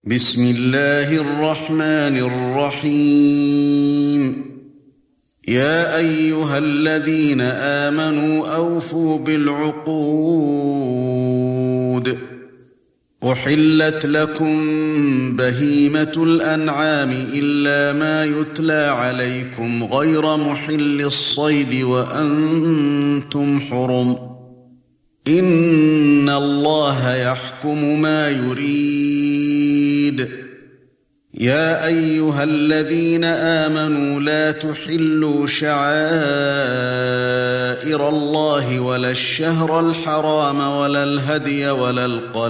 بسم الله الرحمن الرحيم يا أيها الذين آمنوا أوفوا بالعقود أحلت لكم بهيمة الأنعام إلا ما يتلى عليكم غير محل الصيد وأنتم حرم إن الله يحكم ما يريد يا أيها الذين آمنوا لا تحلوا شعائر الله ولا الشهر الحرام ولا الهدي ولا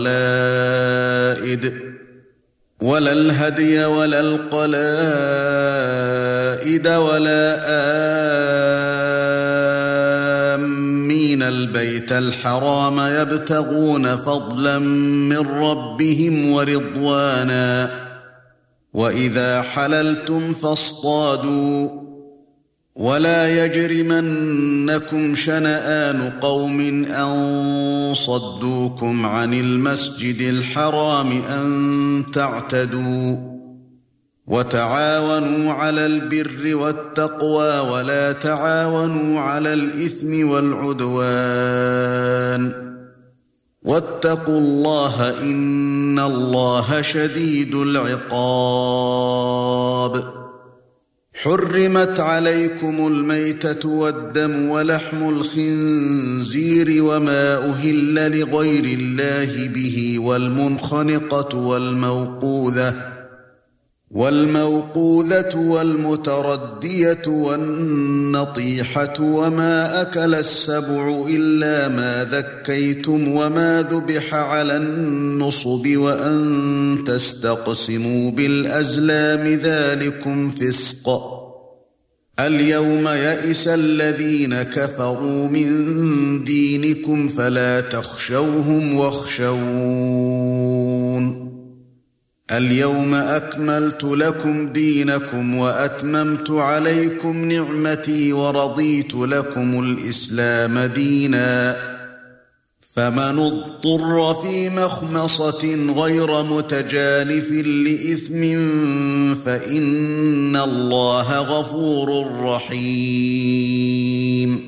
القلائد ولا آمين البيت الحرام يبتغون فضلا من ربهم ورضوانا وإذا حللتم فاصطادوا ولا يجرمنكم شنآن قوم أن صدوكم عن المسجد الحرام أن تعتدوا وتعاونوا على البر والتقوى ولا تعاونوا على الإثم والعدوان واتقوا الله إن الله شديد العقاب حرمت عليكم الميتة والدم ولحم الخنزير وما أهل لغير الله به والمنخنقة والموقوذة والمتردية والنطيحة وما أكل السبع إلا ما ذكيتم وما ذبح على النصب وأن تستقسموا بالأزلام ذلكم فسق اليوم يئس الذين كفروا من دينكم فلا تخشوهم واخشون اليوم أكملت لكم دينكم وأتممت عليكم نعمتي ورضيت لكم الإسلام دينا فمن اضطر في مخمصة غير متجانف لإثم فإن الله غفور رحيم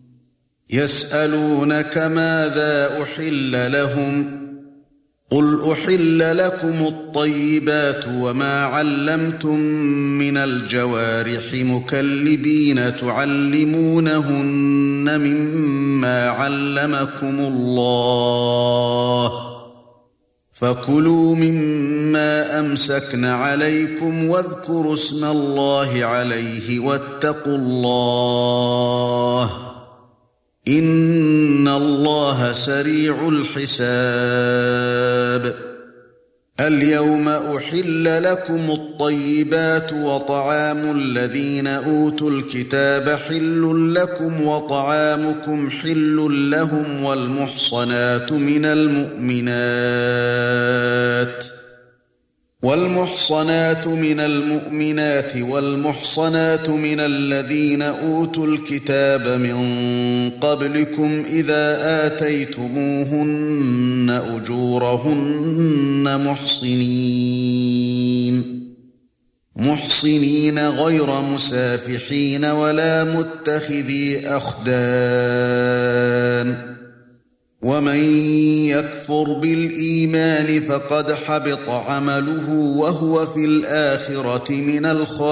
يسألونك ماذا أحل لهم قل أحل لكم الطيبات وما علمتم من الجوارح مكلبين تعلمونهن مما علمكم الله فكلوا مما أمسكن عليكم واذكروا اسم الله عليه واتقوا الله إن الله سريع الحساب اليوم أحل لكم الطيبات وطعام الذين أوتوا الكتاب حل لكم وطعامكم حل لهم والمحصنات من المؤمنات والمحصنات من الذين أوتوا الكتاب من قبلكم إذا آتيتموهن أجورهن محصنين غير مسافحين ولا متخذي أخدان ومن يكفر بالإيمان فقد حبط عمله وهو في الآخرة من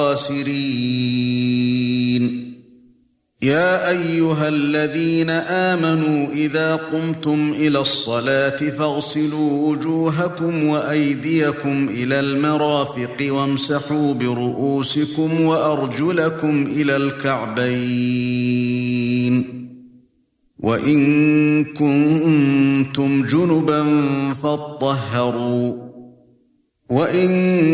الخاسرين يا أيها الذين آمنوا إذا قمتم إلى الصلاة فاغسلوا وجوهكم وأيديكم إلى المرافق وامسحوا برؤوسكم وأرجلكم إلى الكعبين وإن كنتم جنبا فاطهروا وإن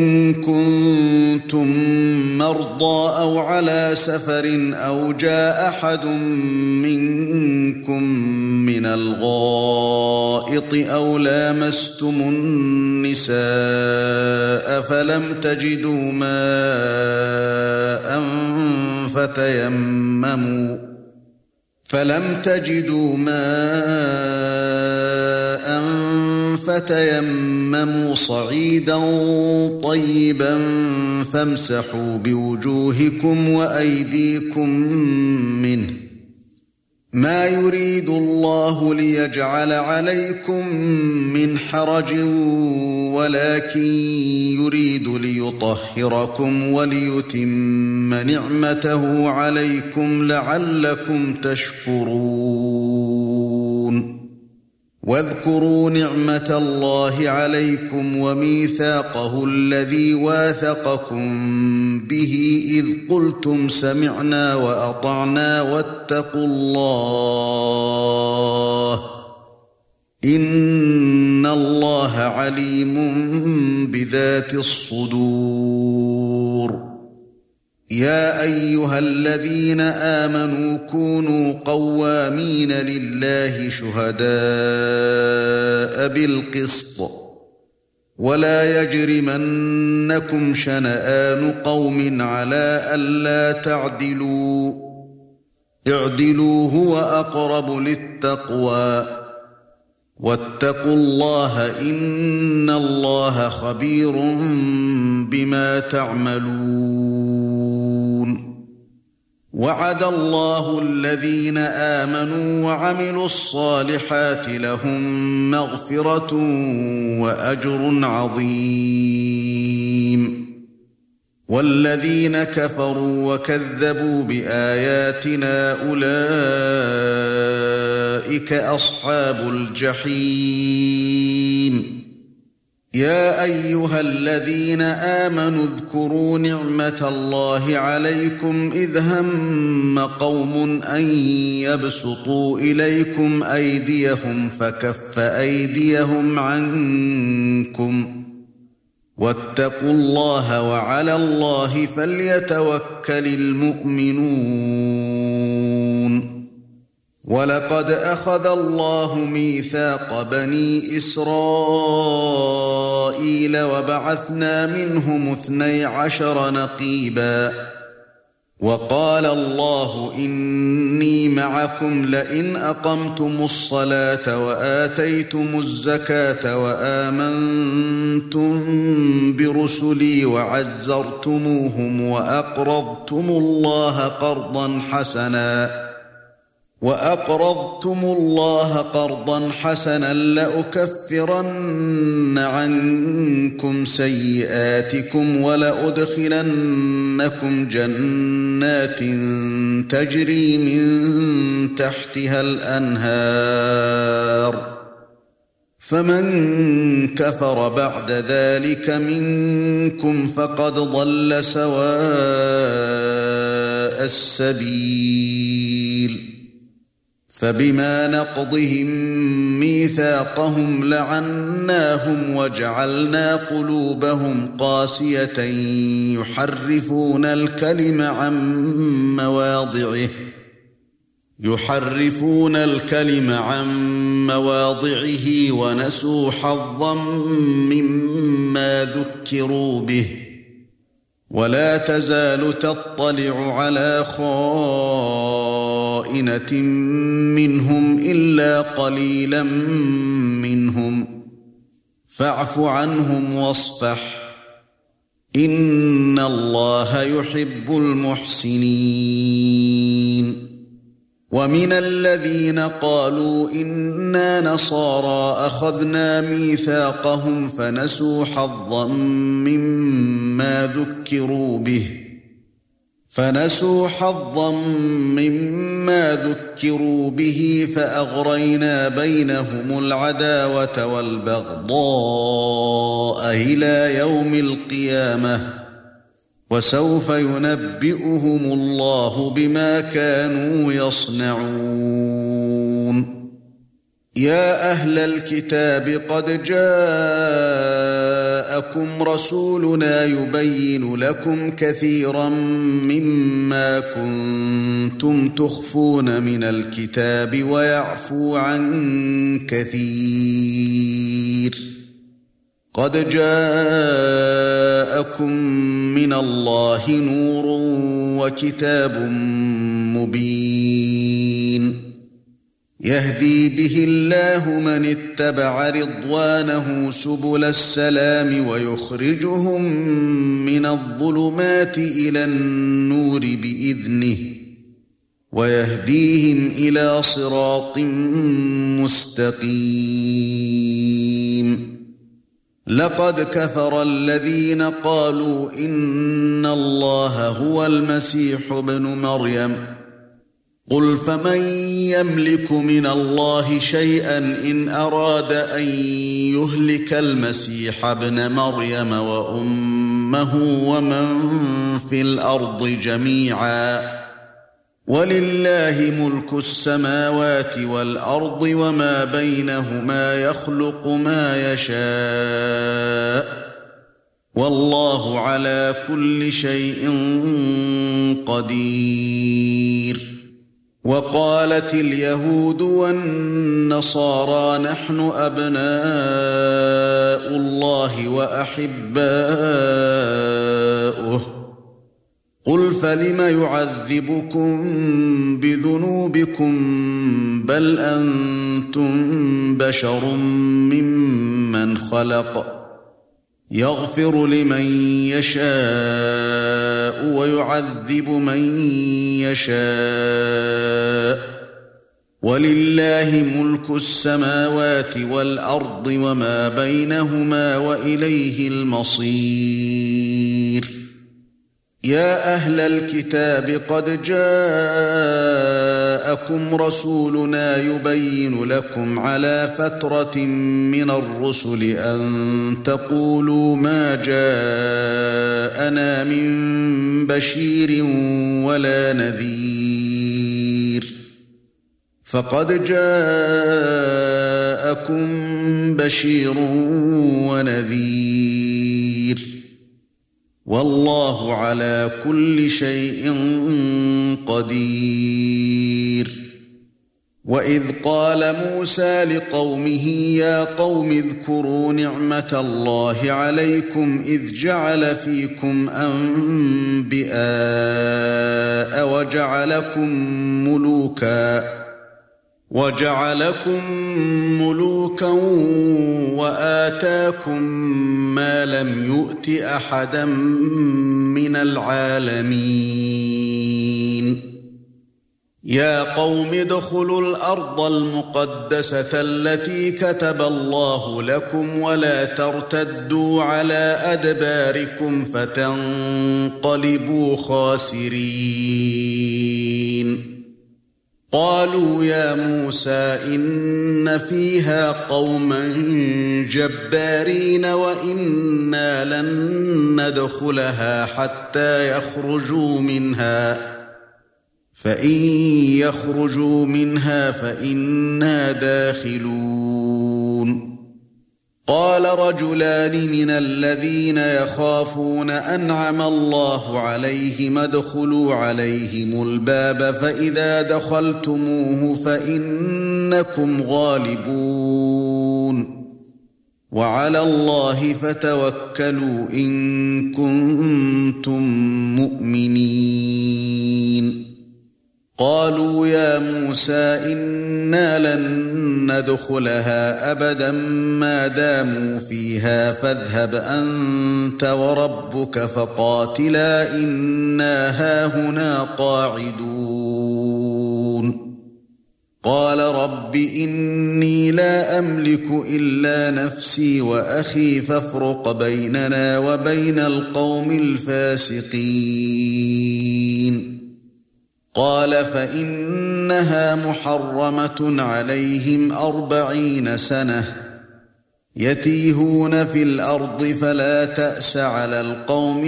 كنتم مرضى أو على سفر أو جاء أحد منكم من الغائط أو لامستم النساء فلم تجدوا ماء فتيمموا صعيدا طيبا فامسحوا بوجوهكم وأيديكم منه ما يريد الله ليجعل عليكم من حرج ولكن يريد ليطهركم وليتم نعمته عليكم لعلكم تشكرون واذكروا نعمة الله عليكم وميثاقه الذي واثقكم به إذ قلتم سمعنا وأطعنا واتقوا الله إن الله عليم بذات الصدور يا أيها الذين آمنوا كونوا قوامين لله شهداء بالقسط ولا يجرمنكم شنآن قوم على ألا تعدلوا اعدلوا هو أقرب للتقوى واتقوا الله إن الله خبير بما تعملون وعد الله الذين آمنوا وعملوا الصالحات لهم مغفرة وأجر عظيم والذين كفروا وكذبوا بآياتنا أولئك أصحاب الجحيم يا أيها الذين آمنوا اذكروا نعمة الله عليكم إذ هم قوم أن يبسطوا إليكم أيديهم فكف أيديهم عنكم واتقوا الله وعلى الله فليتوكل المؤمنون ولقد أخذ الله ميثاق بني إسرائيل وبعثنا منهم 12 نقيبا وقال الله إني معكم لئن أقمتم الصلاة وآتيتم الزكاة وآمنتم برسلي وعزرتموهم وأقرضتم الله قرضا حسنا لأكفرن عنكم سيئاتكم ولأدخلنكم جنات تجري من تحتها الأنهار فمن كفر بعد ذلك منكم فقد ضل سواء السبيل فبما نقضهم ميثاقهم لعناهم وجعلنا قلوبهم قاسية يحرفون الكلم عن مواضعه ونسوا حظا مما ذكروا به ولا تزال تطلع على خائنة منهم إلا قليلا منهم فاعف عنهم واصفح إن الله يحب المحسنين ومن الذين قالوا إنا نصارى أخذنا ميثاقهم فنسوا حظا مما ذكروا به فأغرينا بينهم العداوة والبغضاء إلى يوم القيامة وسوف ينبئهم الله بما كانوا يصنعون يا أهل الكتاب قد جاءكم رسولنا يبين لكم كثيرا مما كنتم تخفون من الكتاب ويعفو عن كثير قد جاءكم من الله نور وكتاب مبين يهدي به الله من اتبع رضوانه سبل السلام ويخرجهم من الظلمات إلى النور بإذنه ويهديهم إلى صراط مستقيم. لقد كفر الذين قالوا إن الله هو المسيح ابن مريم قل فمن يملك من الله شيئا إن أراد أن يهلك المسيح ابن مريم وأمه ومن في الأرض جميعا ولله ملك السماوات والأرض وما بينهما يخلق ما يشاء والله على كل شيء قدير. وقالت اليهود والنصارى نحن أبناء الله وأحباؤه قل فلم يعذبكم بذنوبكم بل أنتم بشر ممن خلق يغفر لمن يشاء ويعذب من يشاء ولله ملك السماوات والأرض وما بينهما وإليه المصير. يا أهل الكتاب قد جاءكم رسولنا يبين لكم على فترة من الرسل أن تقولوا ما جاءنا من بشير ولا نذير فقد جاءكم بشير ونذير والله على كل شيء قدير. وإذ قال موسى لقومه يا قوم اذكروا نعمة الله عليكم إذ جعل فيكم أنبياء وجعلكم ملوكا وآتاكم ما لم يؤت أحدا من العالمين. يا قوم ادخلوا الأرض المقدسة التي كتب الله لكم ولا ترتدوا على أدباركم فتنقلبوا خاسرين. قالوا يا موسى إن فيها قوما جبارين وإنا لن ندخلها حتى يخرجوا منها فإن يخرجوا منها فإنا داخلون. قال رجلان من الذين يخافون أنعم الله عليهم ادخلوا عليهم الباب فإذا دخلتموه فإنكم غالبون وعلى الله فتوكلوا إن كنتم مؤمنين. قالوا يا موسى إنا لن ندخلها أبدا ما داموا فيها فاذهب أنت وربك فقاتلا إنا هاهنا قاعدون. قال رب إني لا أملك إلا نفسي وأخي فافرق بيننا وبين القوم الفاسقين. قال فإنها محرمة عليهم 40 سنة يتيهون في الأرض فلا تأس على القوم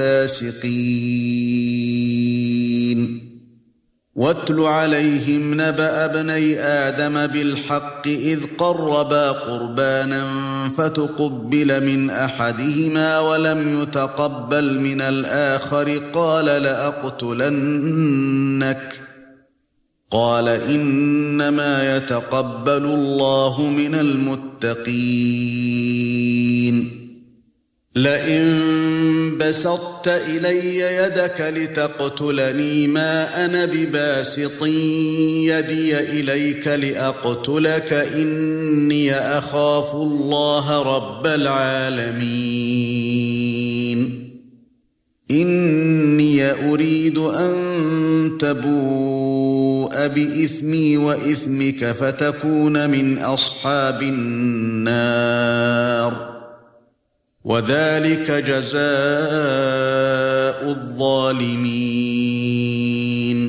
الفاسقين. واتل عليهم نبأ ابني آدم بالحق إذ قربا قربانا فتقبل من أحدهما ولم يتقبل من الآخر قال لأقتلنك قال إنما يتقبل الله من المتقين. لئن بسطت إلي يدك لتقتلني ما أنا بباسط يدي إليك لأقتلك إني أخاف الله رب العالمين إني أريد أن تبوء بإثمي وإثمك فتكون من أصحاب النار وذلك جزاء الظالمين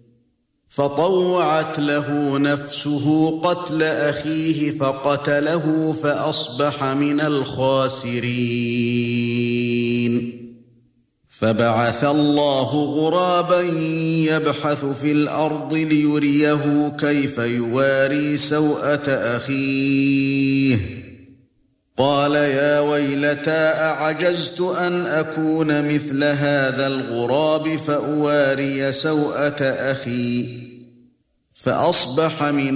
فطوعت له نفسه قتل أخيه فقتله فأصبح من الخاسرين فبعث الله غرابا يبحث في الأرض ليريه كيف يواري سوءة أخيه قال يا ويلتى أعجزت أن أكون مثل هذا الغراب فأواري سوءة أخي فأصبح من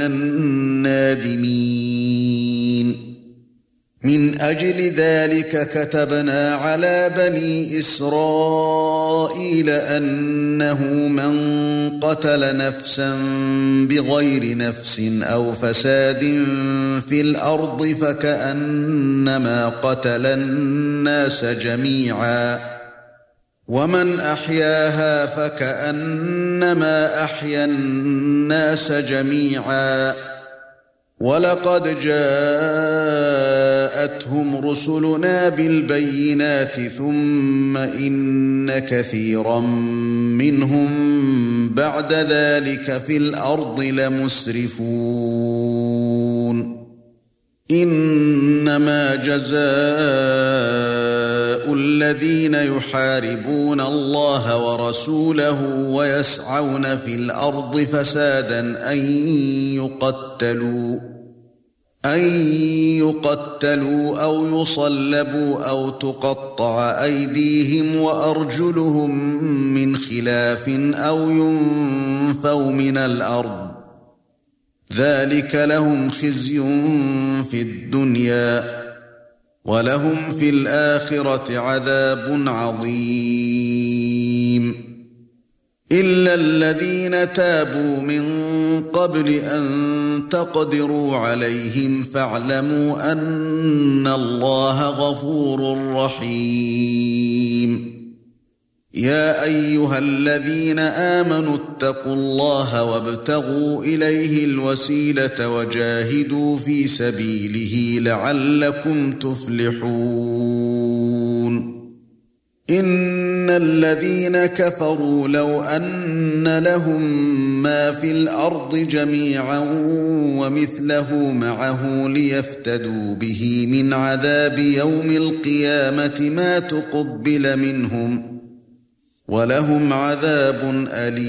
النادمين من أجل ذلك كتبنا على بني إسرائيل أنه من قتل نفسا بغير نفس أو فساد في الأرض فكأنما قتل الناس جميعا ومن أحياها فكأنما أحيا الناس جميعا وَلَقَدْ جَاءَتْهُمْ رُسُلُنَا بِالْبَيِّنَاتِ ثُمَّ إِنَّ كَثِيرًا مِنْهُمْ بَعْدَ ذَلِكَ فِي الْأَرْضِ لَمُسْرِفُونَ إِنَّمَا جَزَاءُ الَّذِينَ يُحَارِبُونَ اللَّهَ وَرَسُولَهُ وَيَسْعَوْنَ فِي الْأَرْضِ فَسَادًا أن يقتلوا أو يصلبوا أو تقطع أيديهم وأرجلهم من خلاف أو ينفوا من الأرض ذلك لهم خزي في الدنيا ولهم في الآخرة عذاب عظيم إلا الذين تابوا من قبل أن تقدروا عليهم فاعلموا أن الله غفور رحيم يا أيها الذين آمنوا اتقوا الله وابتغوا إليه الوسيلة وجاهدوا في سبيله لعلكم تفلحون إن الذين كفروا لو أن لهم ما في الأرض جميعا ومثله معه ليفتدوا به من عذاب يوم القيامة ما تقبل منهم ولهم عذاب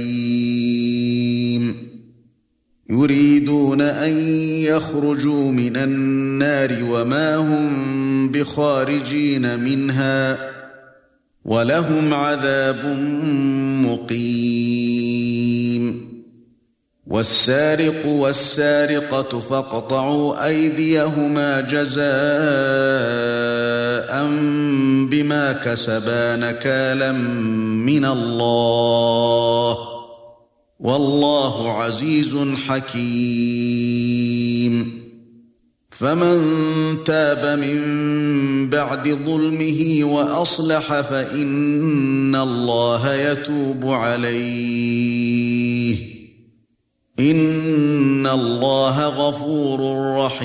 أليم يريدون أن يخرجوا من النار وما هم بخارجين منها ولهم عذاب مقيم والسارق والسارقة فاقطعوا أيديهما جزاء بما كسبا نكالا من الله والله عزيز حكيم فمن تاب من بعد ظلمه وأصلح فإن الله يتوب عليه إن الله غفور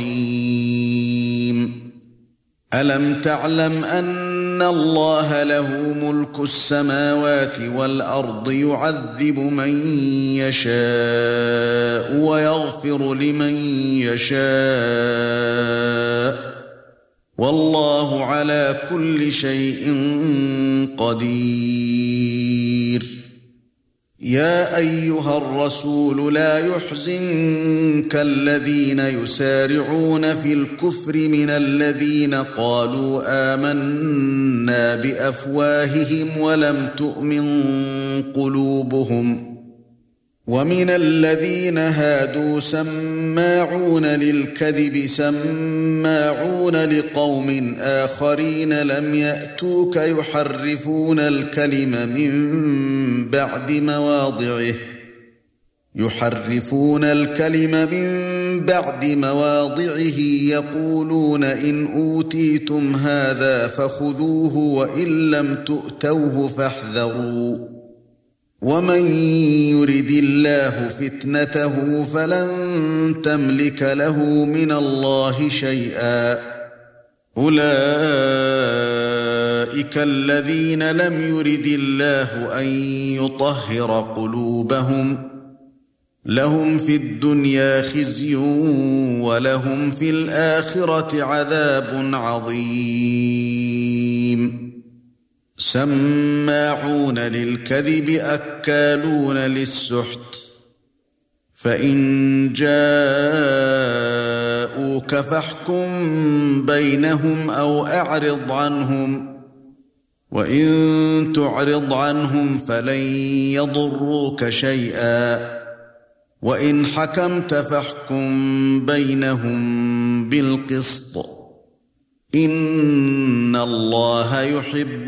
رحيم ألم تعلم أن الله له ملك السماوات والأرض يعذب من يشاء ويغفر لمن يشاء والله على كل شيء قدير يا أيها الرسول لا يحزنك الذين يسارعون في الكفر من الذين قالوا آمنا بأفواههم ولم تؤمن قلوبهم ومن الذين هادوا سماعون للكذب سماعون لقوم آخرين لم يأتوك يحرفون الكلم من بعد مواضعه يقولون إن أوتيتم هذا فخذوه وإن لم تؤتوه فاحذروا ومن يرد الله فتنته فلن تملك له من الله شيئا أولئك الذين لم يرد الله أن يطهر قلوبهم لهم في الدنيا خزي ولهم في الآخرة عذاب عظيم سماعون للكذب أكالون للسحت فإن جاءوك فاحكم بينهم أو أعرض عنهم وإن تعرض عنهم فلن يضروك شيئا وإن حكمت فاحكم بينهم بالقسط إن الله يحب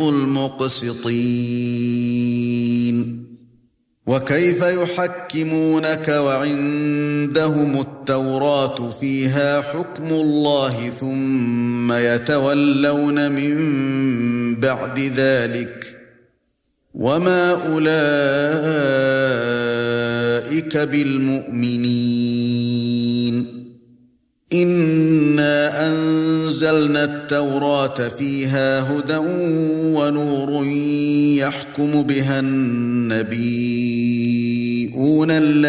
المقسطين وكيف يحكمونك وعندهم التوراة فيها حكم الله ثم يتولون من بعد ذلك وما أولئك بالمؤمنين إنا أنزلنا التوراة فيها هدى ونور يحكم بها النبيون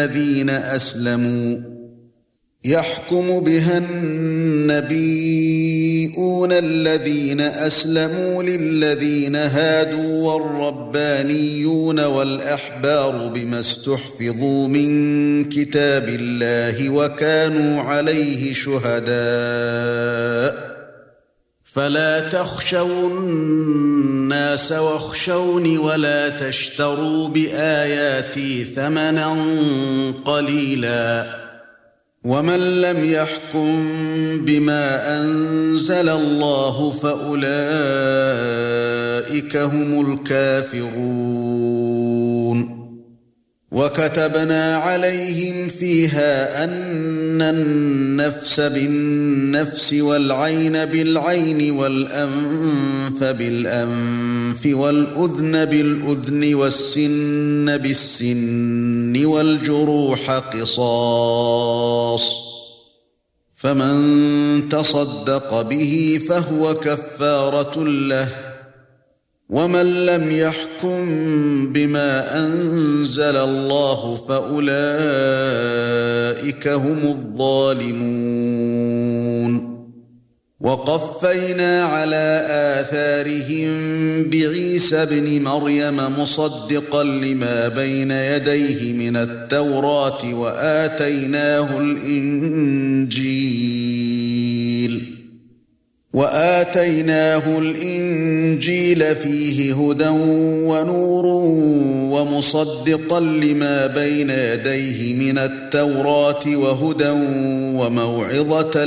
الذين أسلموا للذين هادوا والربانيون والأحبار بما استحفظوا من كتاب الله وكانوا عليه شهداء فلا تخشوا الناس واخشوني ولا تشتروا بآياتي ثمنا قليلا ومن لم يحكم بما أنزل الله فأولئك هم الكافرون وكتبنا عليهم فيها أن النفس بالنفس والعين بالعين والأنف بالأنف والأذن بالأذن والسن بالسن والجروح قصاص فمن تصدق به فهو كفارة له ومن لم يحكم بما أنزل الله فأولئك هم الظالمون وقفينا على آثارهم بعيسى ابن مريم مصدقا لما بين يديه من التوراة وآتيناه الإنجيل فيه هدى ونور ومصدقا لما بين يديه من التوراة وهدى وموعظة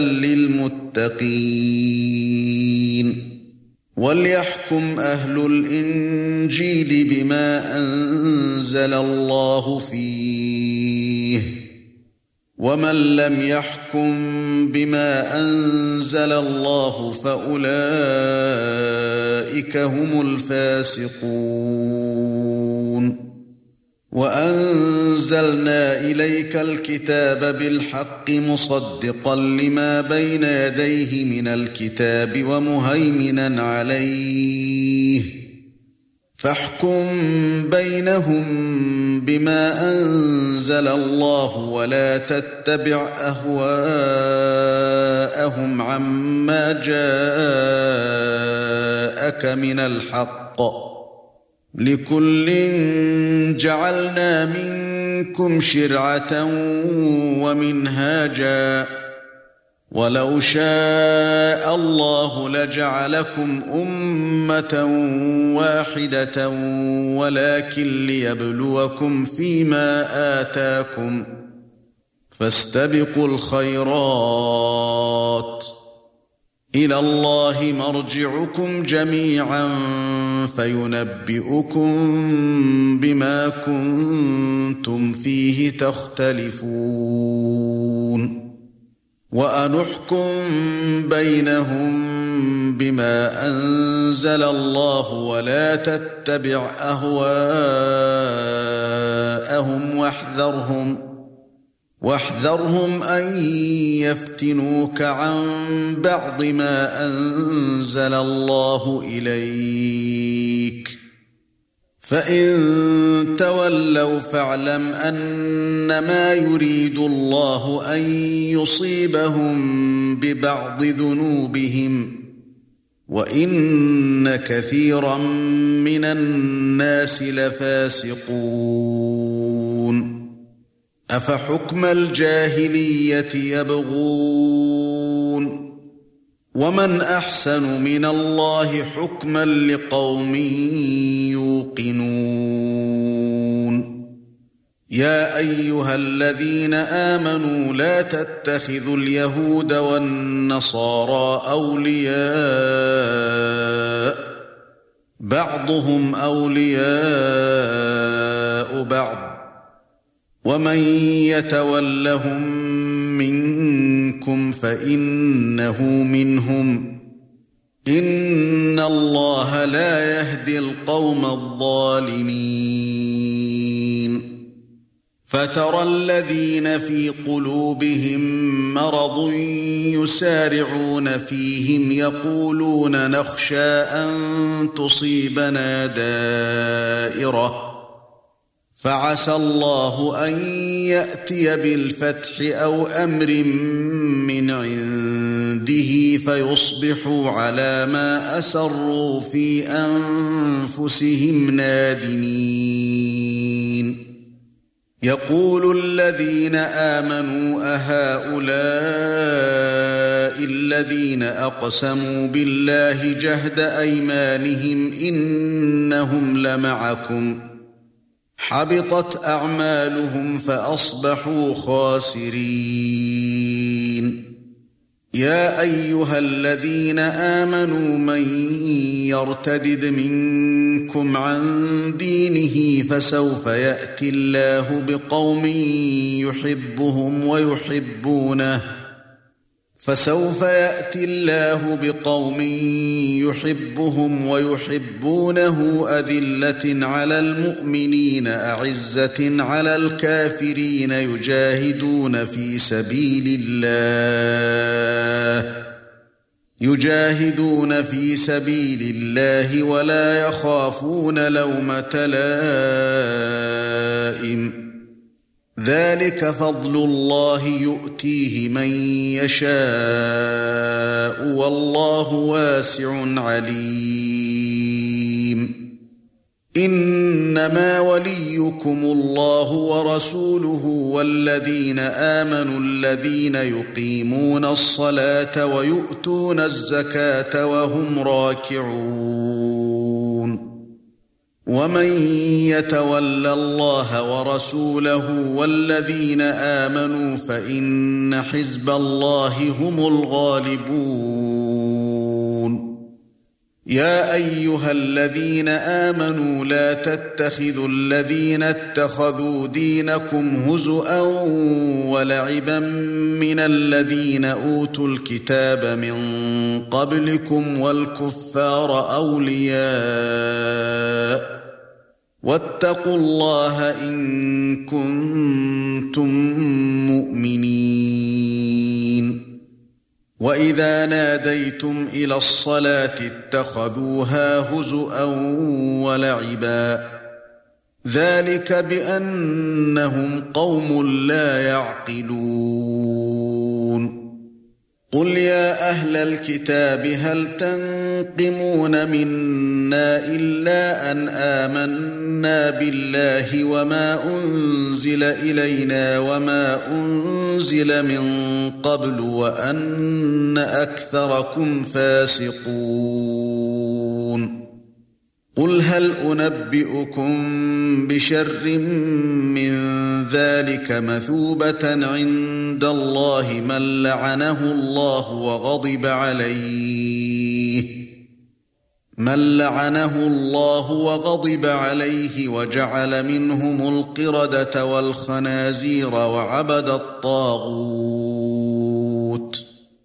للمتقين وليحكم أهل الإنجيل بما أنزل الله فيه ومن لم يحكم بما أنزل الله فأولئك هم الفاسقون وأنزلنا إليك الكتاب بالحق مصدقا لما بين يديه من الكتاب ومهيمنا عليه فاحكم بينهم بما أنزل الله ولا تتبع أهواءهم عما جاءك من الحق لكل جعلنا منكم شرعة ومنهاجا ولو شاء الله لجعلكم أمة واحدة ولكن ليبلوكم فيما آتاكم فاستبقوا الخيرات إلى الله مرجعكم جميعا فينبئكم بما كنتم فيه تختلفون وأنحكم بينهم بما أنزل الله ولا تتبع أهواءهم واحذرهم أن يفتنوك عن بعض ما أنزل الله إليك فإن تولوا فاعلم أنما يريد الله أن يصيبهم ببعض ذنوبهم وإن كثيرا من الناس لفاسقون أفحكم الجاهلية يبغون ومن أحسن من الله حكما لقوم يوقنون يا أيها الذين آمنوا لا تتخذوا اليهود والنصارى أولياء بعضهم أولياء بعض ومن يتولهم منكم فإنه منهم إن الله لا يهدي القوم الظالمين فترى الذين في قلوبهم مرض يسارعون فيهم يقولون نخشى أن تصيبنا دائرة فعسى الله أن يأتي بالفتح أو أمر من عنده فيصبحوا على ما أسروا في أنفسهم نادمين يقول الذين آمنوا أهؤلاء الذين أقسموا بالله جهد أيمانهم إنهم لمعكم حبطت أعمالهم فأصبحوا خاسرين يا أيها الذين آمنوا من يرتدد منكم عن دينه فسوف يأتي الله بقوم يحبهم ويحبونه أذلة على المؤمنين أعزة على الكافرين يجاهدون في سبيل الله ولا يخافون لومة لائم ذلك فضل الله يؤتيه من يشاء والله واسع عليم إنما وليكم الله ورسوله والذين آمنوا الذين يقيمون الصلاة ويؤتون الزكاة وهم راكعون ومن يتول الله ورسوله والذين آمنوا فإن حزب الله هم الغالبون يا أيها الذين آمنوا لا تتخذوا الذين اتخذوا دينكم هزؤا ولعبا من الذين أوتوا الكتاب من قبلكم والكفار أولياء واتقوا الله إن كنتم مؤمنين وإذا ناديتم إلى الصلاة اتخذوها هزؤا ولعبا ذلك بأنهم قوم لا يعقلون قل يا أهل الكتاب هل تنقمون منا إلا أن آمنا بالله وما أنزل إلينا وما أنزل من قبل وأن أكثركم فاسقون قل هل أنبئكم بشر من ذلك مثوبة عند الله من لعنه الله وغضب عليه وجعل منهم القردة والخنازير وعبد الطاغوت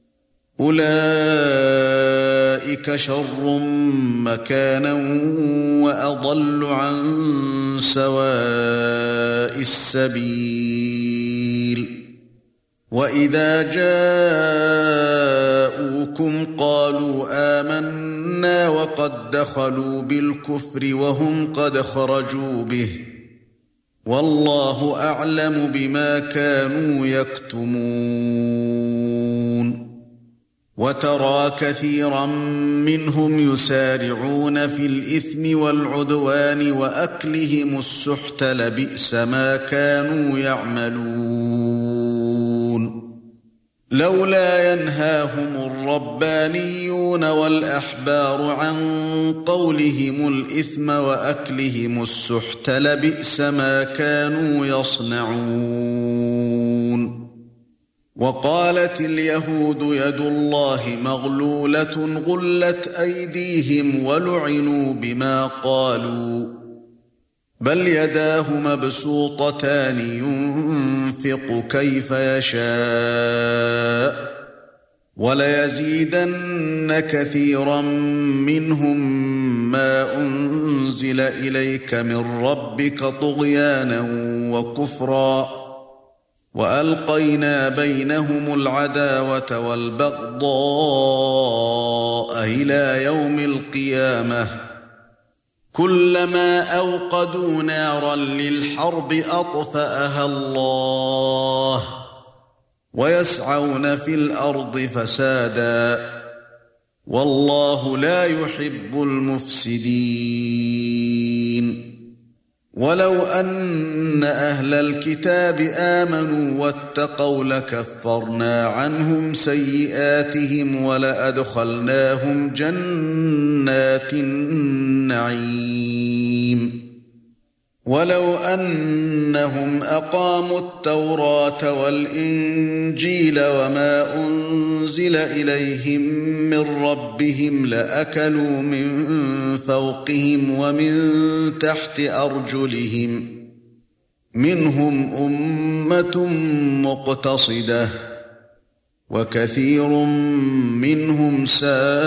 أولئك شر مكانا وأضل عن سواء السبيل وإذا جاءوكم قالوا آمنا وقد دخلوا بالكفر وهم قد خرجوا به والله أعلم بما كانوا يكتمون وترى كثيرا منهم يسارعون في الإثم والعدوان وأكلهم السحت لبئس ما كانوا يعملون لولا ينهاهم الربانيون والأحبار عن قولهم الإثم وأكلهم السحت لبئس ما كانوا يصنعون وقالت اليهود يد الله مغلولة غلت أيديهم ولعنوا بما قالوا بل يداه مبسوطتان ينفق كيف يشاء وليزيدن كثيرا منهم ما أنزل إليك من ربك طغيانا وكفرا وألقينا بينهم العداوة والبغضاء إلى يوم القيامة كلما أوقدوا نارا للحرب أطفأها الله ويسعون في الأرض فسادا والله لا يحب المفسدين ولو أن أهل الكتاب آمنوا واتقوا لكفرنا عنهم سيئاتهم ولأدخلناهم جنات النعيم ولو أنهم أقاموا التوراة والإنجيل وما أنزل إليهم من ربهم لأكلوا من فوقهم ومن تحت أرجلهم منهم أمة مقتصدة وكثير منهم ساء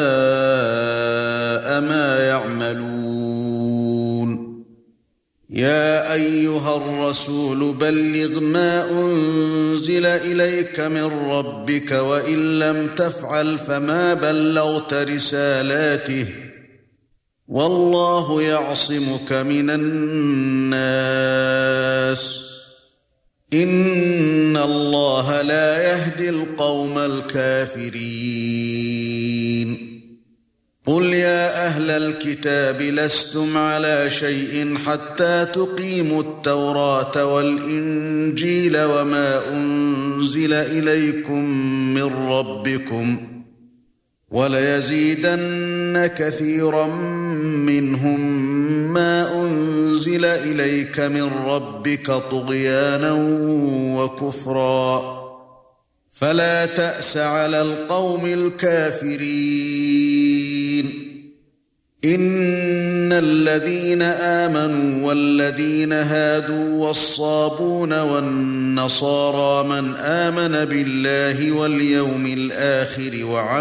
ما يعملون يا أيها الرسول بلغ ما أنزل إليك من ربك وإن لم تفعل فما بلغت رسالاته والله يعصمك من الناس إن الله لا يهدي القوم الكافرين قل يا أهل الكتاب لستم على شيء حتى تقيموا التوراة والإنجيل وما أنزل إليكم من ربكم وليزيدن كثيرا منهم ما أنزل إليك من ربك طغيانا وكفرا فلا تأس على القوم الكافرين إن الذين آمنوا والذين هادوا والصابون والنصارى من آمن بالله واليوم الآخر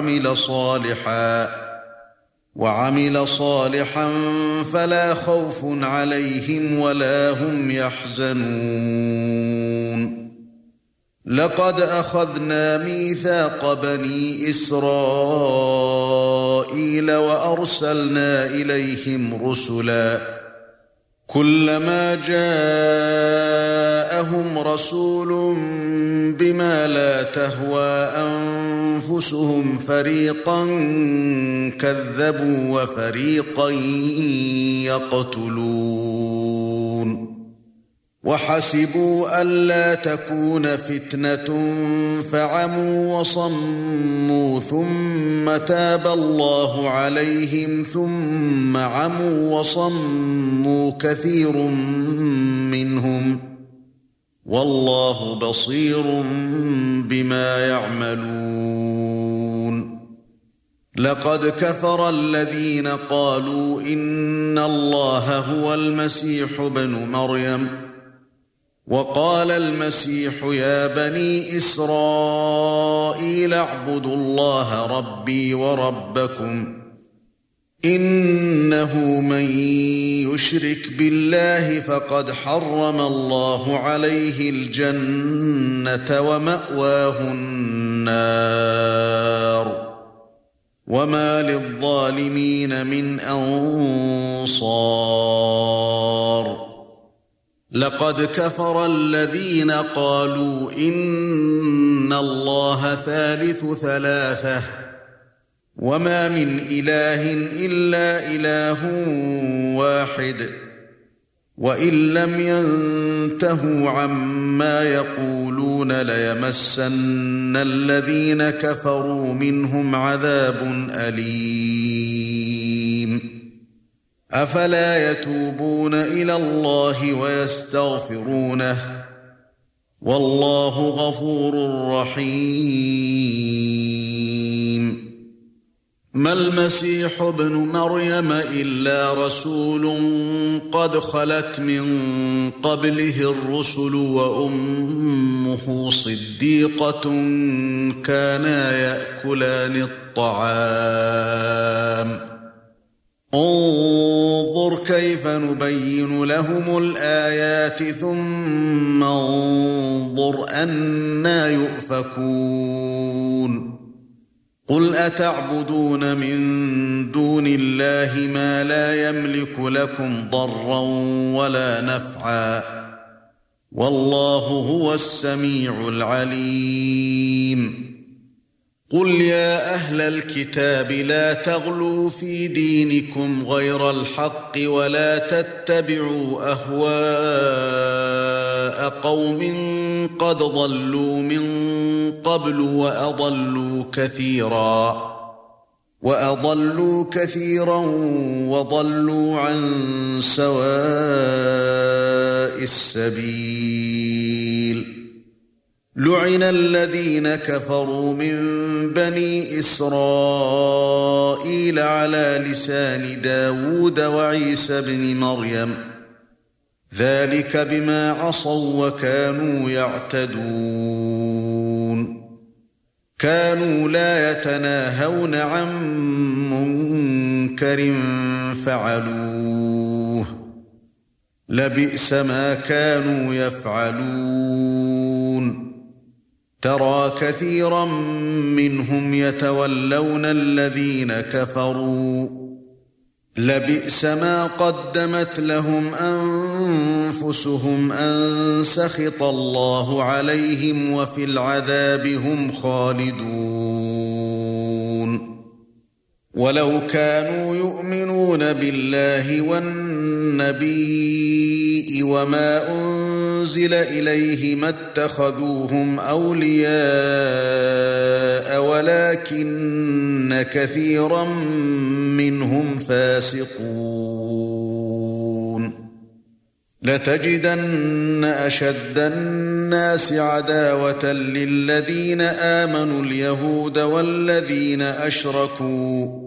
وعمل صالحا فلا خوف عليهم ولا هم يحزنون لقد أخذنا ميثاق بني إسرائيل وأرسلنا إليهم رسلا كلما جاءهم رسول بما لا تهوى أنفسهم فريقا كذبوا وفريقا يقتلون وحسبوا ألا تكون فتنة فعموا وصموا ثم تاب الله عليهم ثم عموا وصموا كثير منهم والله بصير بما يعملون لقد كفر الذين قالوا إن الله هو المسيح ابن مريم وقال المسيح يا بني إسرائيل اعبدوا الله ربي وربكم إنه من يشرك بالله فقد حرم الله عليه الجنة ومأواه النار وما للظالمين من أنصار لقد كفر الذين قالوا إن الله ثالث ثلاثة وما من إله إلا إله واحد وإن لم ينتهوا عما يقولون ليمسن الذين كفروا منهم عذاب أليم أفلا يتوبون إلى الله ويستغفرونه والله غفور رحيم ما المسيح ابن مريم إلا رسول قد خلت من قبله الرسل وأمه صديقة كانا يأكلان الطعام انظر كيف نبين لهم الآيات ثم انظر أنى يؤفكون قل أتعبدون من دون الله ما لا يملك لكم ضرا ولا نفعا والله هو السميع العليم قل يا أهل الكتاب لا تغلوا في دينكم غير الحق ولا تتبعوا أهواء قوم قد ضلوا من قبل وأضلوا كثيرا وضلوا عن سواء السبيل لعن الذين كفروا من بني إسرائيل على لسان داود وعيسى بن مريم ذلك بما عصوا وكانوا يعتدون كانوا لا يتناهون عن منكر فعلوه لبئس ما كانوا يفعلون ترى كثيرا منهم يتولون الذين كفروا لبئس ما قدمت لهم أنفسهم أن سخط الله عليهم وفي العذاب هم خالدون ولو كانوا يؤمنون بالله والنبي وما أنزل إليه ما اتخذوهم أولياء ولكن كثيرا منهم فاسقون لتجدن أشد الناس عداوة للذين آمنوا اليهود والذين أشركوا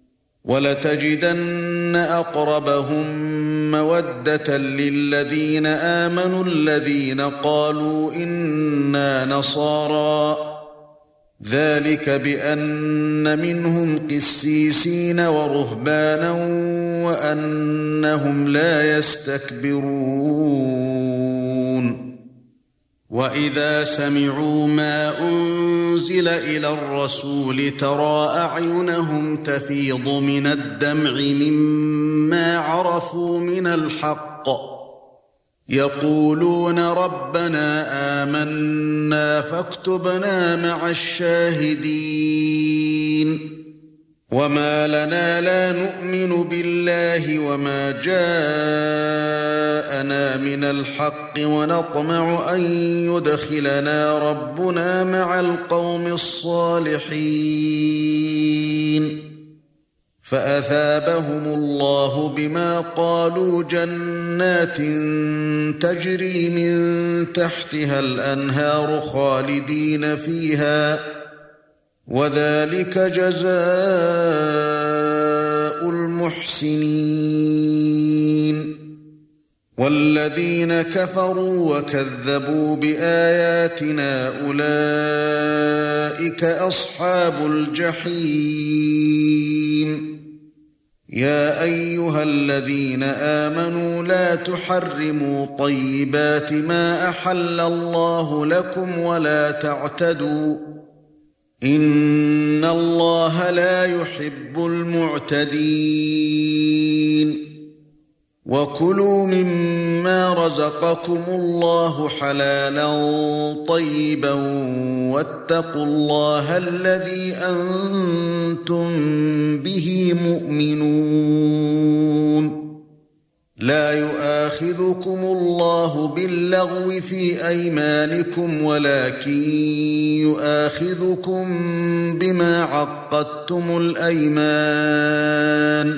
ولتجدن أقربهم مودة للذين آمنوا الذين قالوا إنا نصارى ذلك بأن منهم قسيسين ورهبانا وأنهم لا يستكبرون وَإِذَا سَمِعُوا مَا أُنزِلَ إِلَى الرَّسُولِ تَرَى أَعْيُنَهُمْ تَفِيضُ مِنَ الدَّمْعِ مِمَّا عَرَفُوا مِنَ الْحَقِّ يَقُولُونَ رَبَّنَا آمَنَّا فَاكْتُبْنَا مَعَ الشَّاهِدِينَ وما لنا لا نؤمن بالله وما جاءنا من الحق ونطمع أن يدخلنا ربنا مع القوم الصالحين فأثابهم الله بما قالوا جنات تجري من تحتها الأنهار خالدين فيها وذلك جزاء المحسنين والذين كفروا وكذبوا بآياتنا أولئك أصحاب الجحيم يا أيها الذين آمنوا لا تحرموا طيبات ما أحل الله لكم ولا تعتدوا إن الله لا يحب المعتدين وكلوا مما رزقكم الله حلالا طيبا واتقوا الله الذي أنتم به مؤمنون لا يؤاخذكم الله باللغو في أيمانكم ولكن يؤاخذكم بما عقدتم الأيمان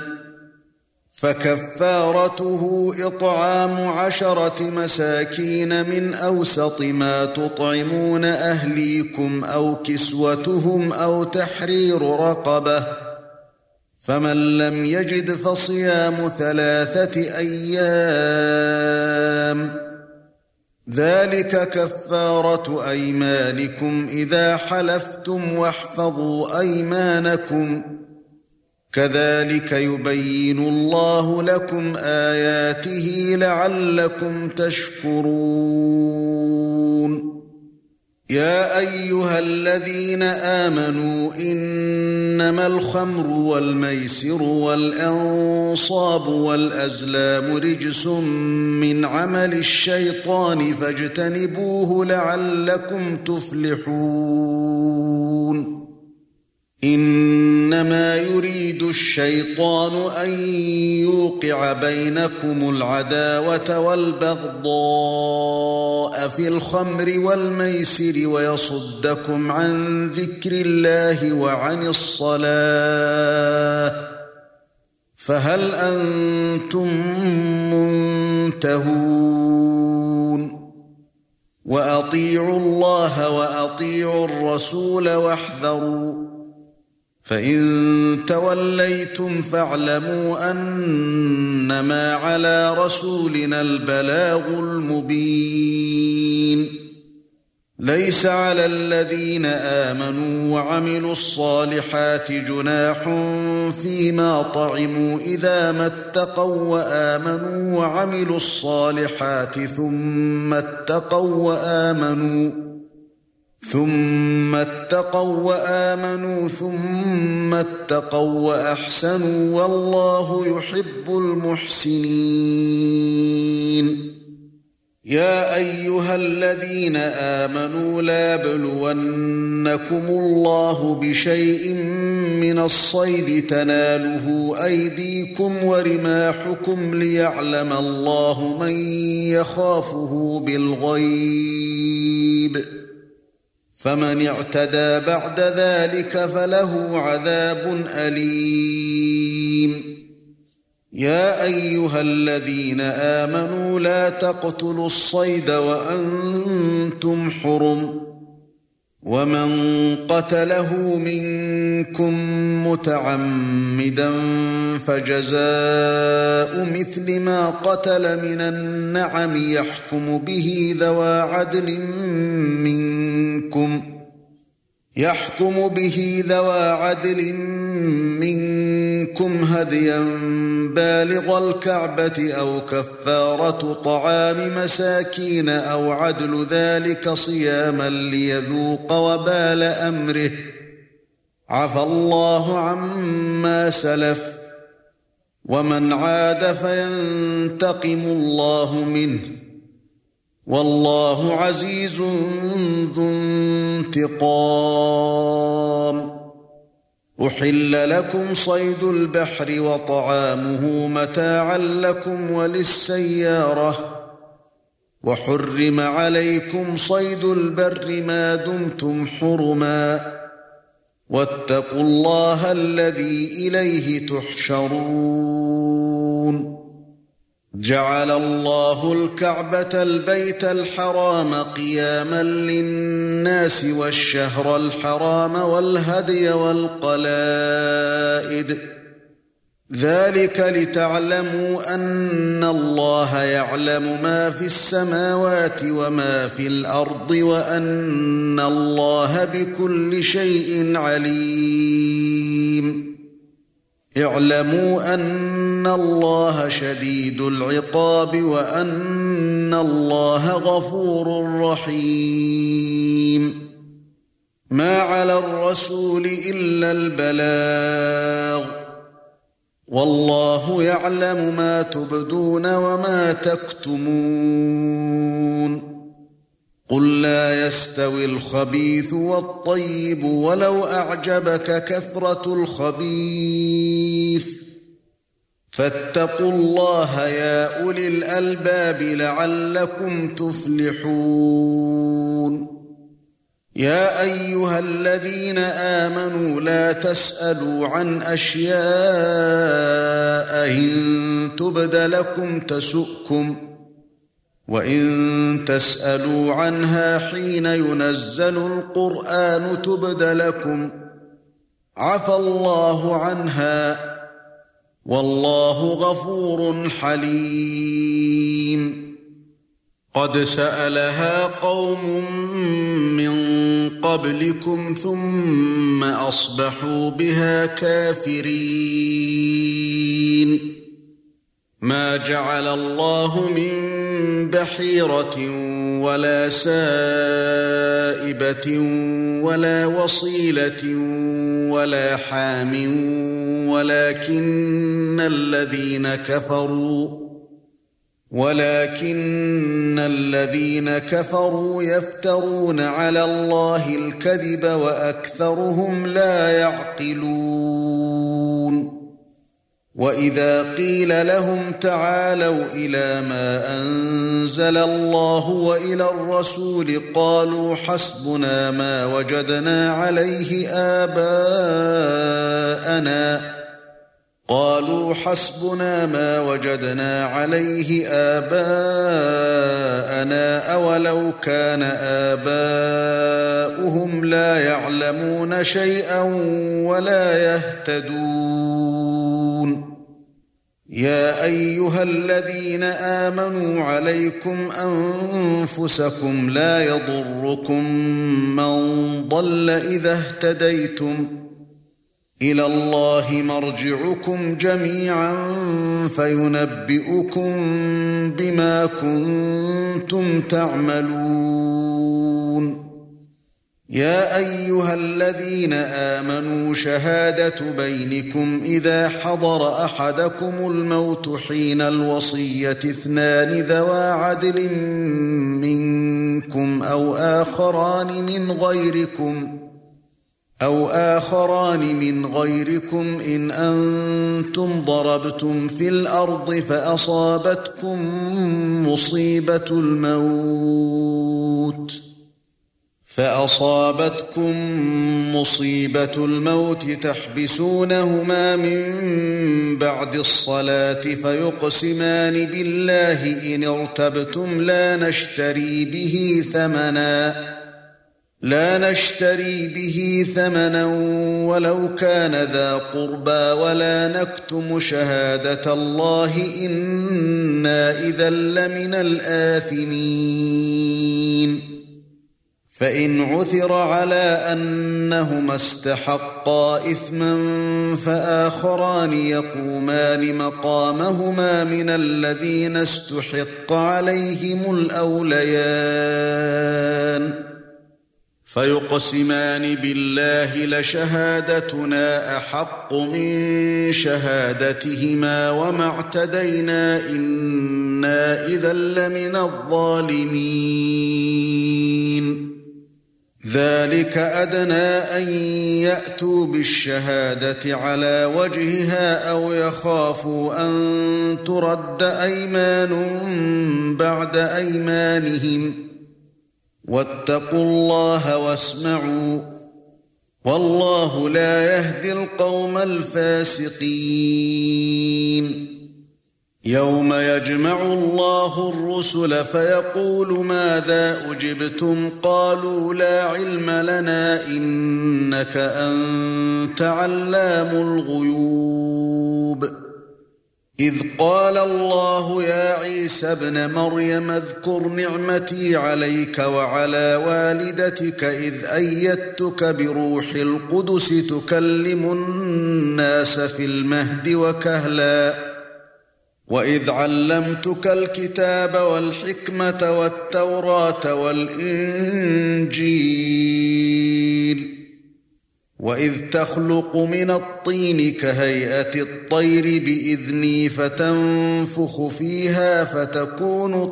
فكفارته إطعام 10 مساكين من أوسط ما تطعمون أهليكم أو كسوتهم أو تحرير رقبة فمن لم يجد فصيام 3 أيام ذلك كفارة أيمانكم إذا حلفتم واحفظوا أيمانكم كذلك يبين الله لكم آياته لعلكم تشكرون يا أيها الذين آمنوا إنما الخمر والميسر والأنصاب والأزلام رجس من عمل الشيطان فاجتنبوه لعلكم تفلحون إنما يريد الشيطان أن يوقع بينكم العداوة والبغضاء في الخمر والميسر ويصدكم عن ذكر الله وعن الصلاة فهل أنتم منتهون وأطيعوا الله وأطيعوا الرسول واحذروا فإن توليتم فاعلموا أنما على رسولنا البلاغ المبين ليس على الذين آمنوا وعملوا الصالحات جناح فيما طعموا إذا ما اتقوا وآمنوا وعملوا الصالحات ثم اتقوا وآمنوا ثم اتقوا وأحسنوا والله يحب المحسنين يا أيها الذين آمنوا لا يبلونكم الله بشيء من الصيد تناله أيديكم ورماحكم ليعلم الله من يخافه بالغيب فمن اعتدى بعد ذلك فله عذاب أليم يا أيها الذين آمنوا لا تقتلوا الصيد وأنتم حرم ومن قتله منكم متعمدا فجزاء مثل ما قتل من النعم يحكم به ذوى عدل منكم هديا بالغ الكعبة أو كفارة طعام مساكين أو عدل ذلك صياما ليذوق وبال أمره عفى الله عما سلف ومن عاد فينتقم الله منه والله عزيز ذو انتقام أحل لكم صيد البحر وطعامه متاعا لكم وللسيارة وحرم عليكم صيد البر ما دمتم حرما واتقوا الله الذي إليه تحشرون جعل الله الكعبة البيت الحرام قياما للناس والشهر الحرام والهدي والقلائد ذلك لتعلموا أن الله يعلم ما في السماوات وما في الأرض وأن الله بكل شيء عليم اعلموا أن الله شديد العقاب وأن الله غفور رحيم ما على الرسول إلا البلاغ والله يعلم ما تبدون وما تكتمون قل لا يستوي الخبيث والطيب ولو أعجبك كثرة الخبيث فاتقوا الله يا أولي الألباب لعلكم تفلحون يا أيها الذين آمنوا لا تسألوا عن أشياء إن تبد لكم تسؤكم وإن تسألوا عنها حين ينزل القرآن تبد لكم عفى الله عنها والله غفور حليم قد سألها قوم من قبلكم ثم أصبحوا بها كافرين ما جعل الله من بحيرة ولا سائبة ولا وصيلة ولا حام ولكن الذين كفروا يفترون على الله الكذب وأكثرهم لا يعقلون وإذا قيل لهم تعالوا إلى ما أنزل الله وإلى الرسول قالوا حسبنا ما وجدنا عليه آباءنا أولو كان آباؤهم لا يعلمون شيئا ولا يهتدون يا أيها الذين آمنوا عليكم أنفسكم لا يضركم من ضل إذا اهتديتم إلى الله مرجعكم جميعا فينبئكم بما كنتم تعملون يا أيها الذين آمنوا شهادة بينكم إذا حضر أحدكم الموت حين الوصية 2 ذوى عدل منكم أو آخران من غيركم إن أنتم ضربتم في الأرض فأصابتكم مصيبة الموت تحبسونهما من بعد الصلاة فيقسمان بالله إن ارتبتم لا نشتري به ثمنا ولو كان ذا قربى ولا نكتم شهادة الله إنا إذا لمن الآثمين فإن عثر على أنهما استحقا إثما فآخران يقومان مقامهما من الذين استحق عليهم الأوليان فيقسمان بالله لشهادتنا أحق من شهادتهما وما اعتدينا إنا إذا لمن الظالمين ذلك أدنى أن يأتوا بالشهادة على وجهها أو يخافوا أن ترد أيمان بعد أيمانهم واتقوا الله واسمعوا والله لا يهدي القوم الفاسقين يوم يجمع الله الرسل فيقول ماذا أجبتم قالوا لا علم لنا إنك أنت علام الغيوب إذ قال الله يا عيسى ابن مريم اذكر نعمتي عليك وعلى والدتك إذ أيدتك بروح القدس تكلم الناس في المهد وكهلا وإذ علمتك الكتاب والحكمة والتوراة والإنجيل وإذ تخلق من الطين كهيئة الطير بإذني فتنفخ فيها فتكون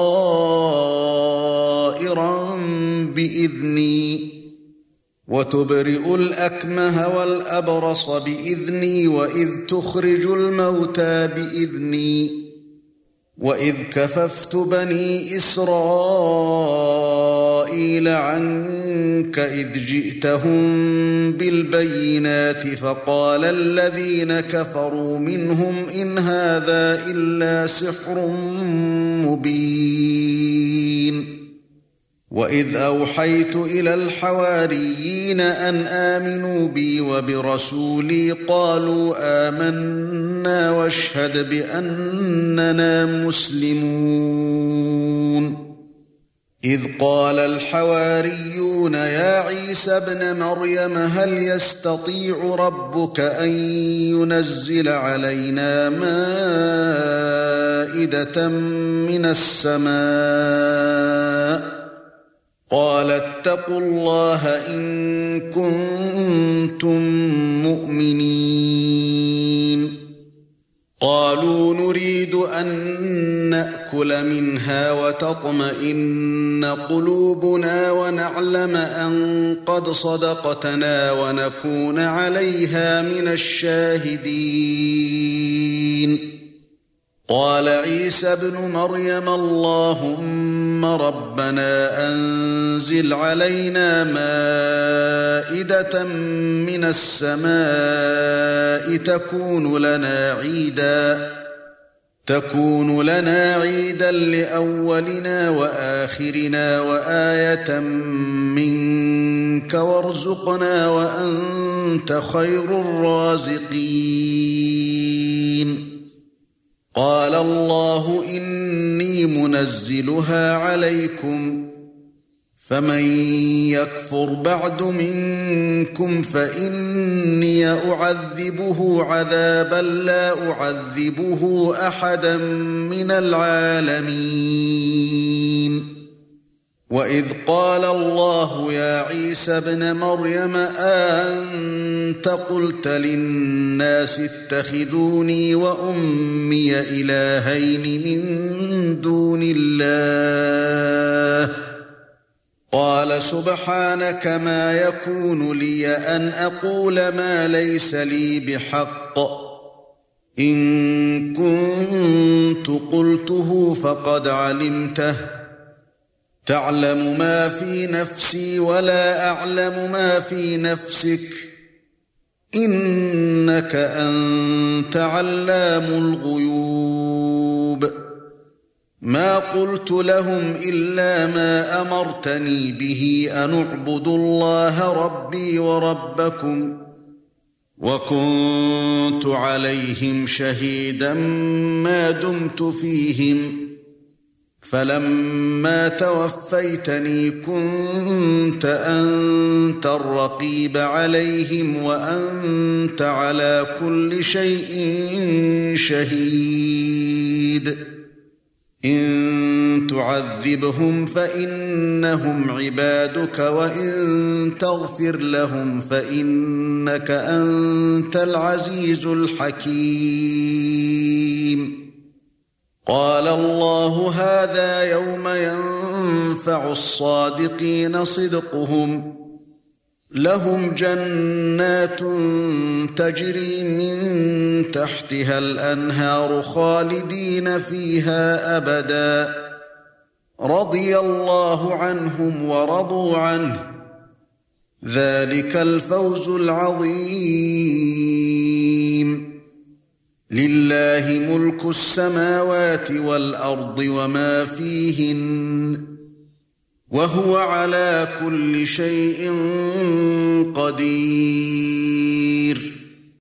طائرا بإذني وتبرئ الأكمه والأبرص بإذني وإذ تخرج الموتى بإذني وإذ كففت بني إسرائيل عنك إذ جئتهم بالبينات فقال الذين كفروا منهم إن هذا إلا سحر مبين وإذ أوحيت إلى الحواريين أن آمنوا بي وبرسولي قالوا آمنا واشهد بأننا مسلمون إذ قال الحواريون يا عيسى ابن مريم هل يستطيع ربك أن ينزل علينا مائدة من السماء قال اتقوا الله إن كنتم مؤمنين قالوا نريد أن نأكل منها وتطمئن قلوبنا ونعلم أن قد صدقتنا ونكون عليها من الشاهدين قال عيسى ابن مريم اللهم ربنا أنزل علينا مائدة من السماء تكون لنا عيدا لأولنا وآخرنا وآية منك وارزقنا وأنت خير الرازقين قال الله إني منزلها عليكم فمن يكفر بعد منكم فإني أعذبه عذابا لا أعذبه أحدا من العالمين وإذ قال الله يا عيسى ابن مريم أأنت قلت للناس اتخذوني وأمي إلهين من دون الله قال سبحانك ما يكون لي أن أقول ما ليس لي بحق إن كنت قلته فقد علمته تعلم ما في نفسي ولا أعلم ما في نفسك إنك أنت علام الغيوب ما قلت لهم إلا ما أمرتني به أن اعبدوا الله ربي وربكم وكنت عليهم شهيدا ما دمت فيهم فلما توفيتني كنت أنت الرقيب عليهم وأنت على كل شيء شهيد إن تعذبهم فإنهم عبادك وإن تغفر لهم فإنك أنت العزيز الحكيم قال الله هذا يوم ينفع الصادقين صدقهم لهم جنات تجري من تحتها الأنهار خالدين فيها أبدا رضي الله عنهم ورضوا عنه ذلك الفوز العظيم لله ملك السماوات والأرض وما فيهن وهو على كل شيء قدير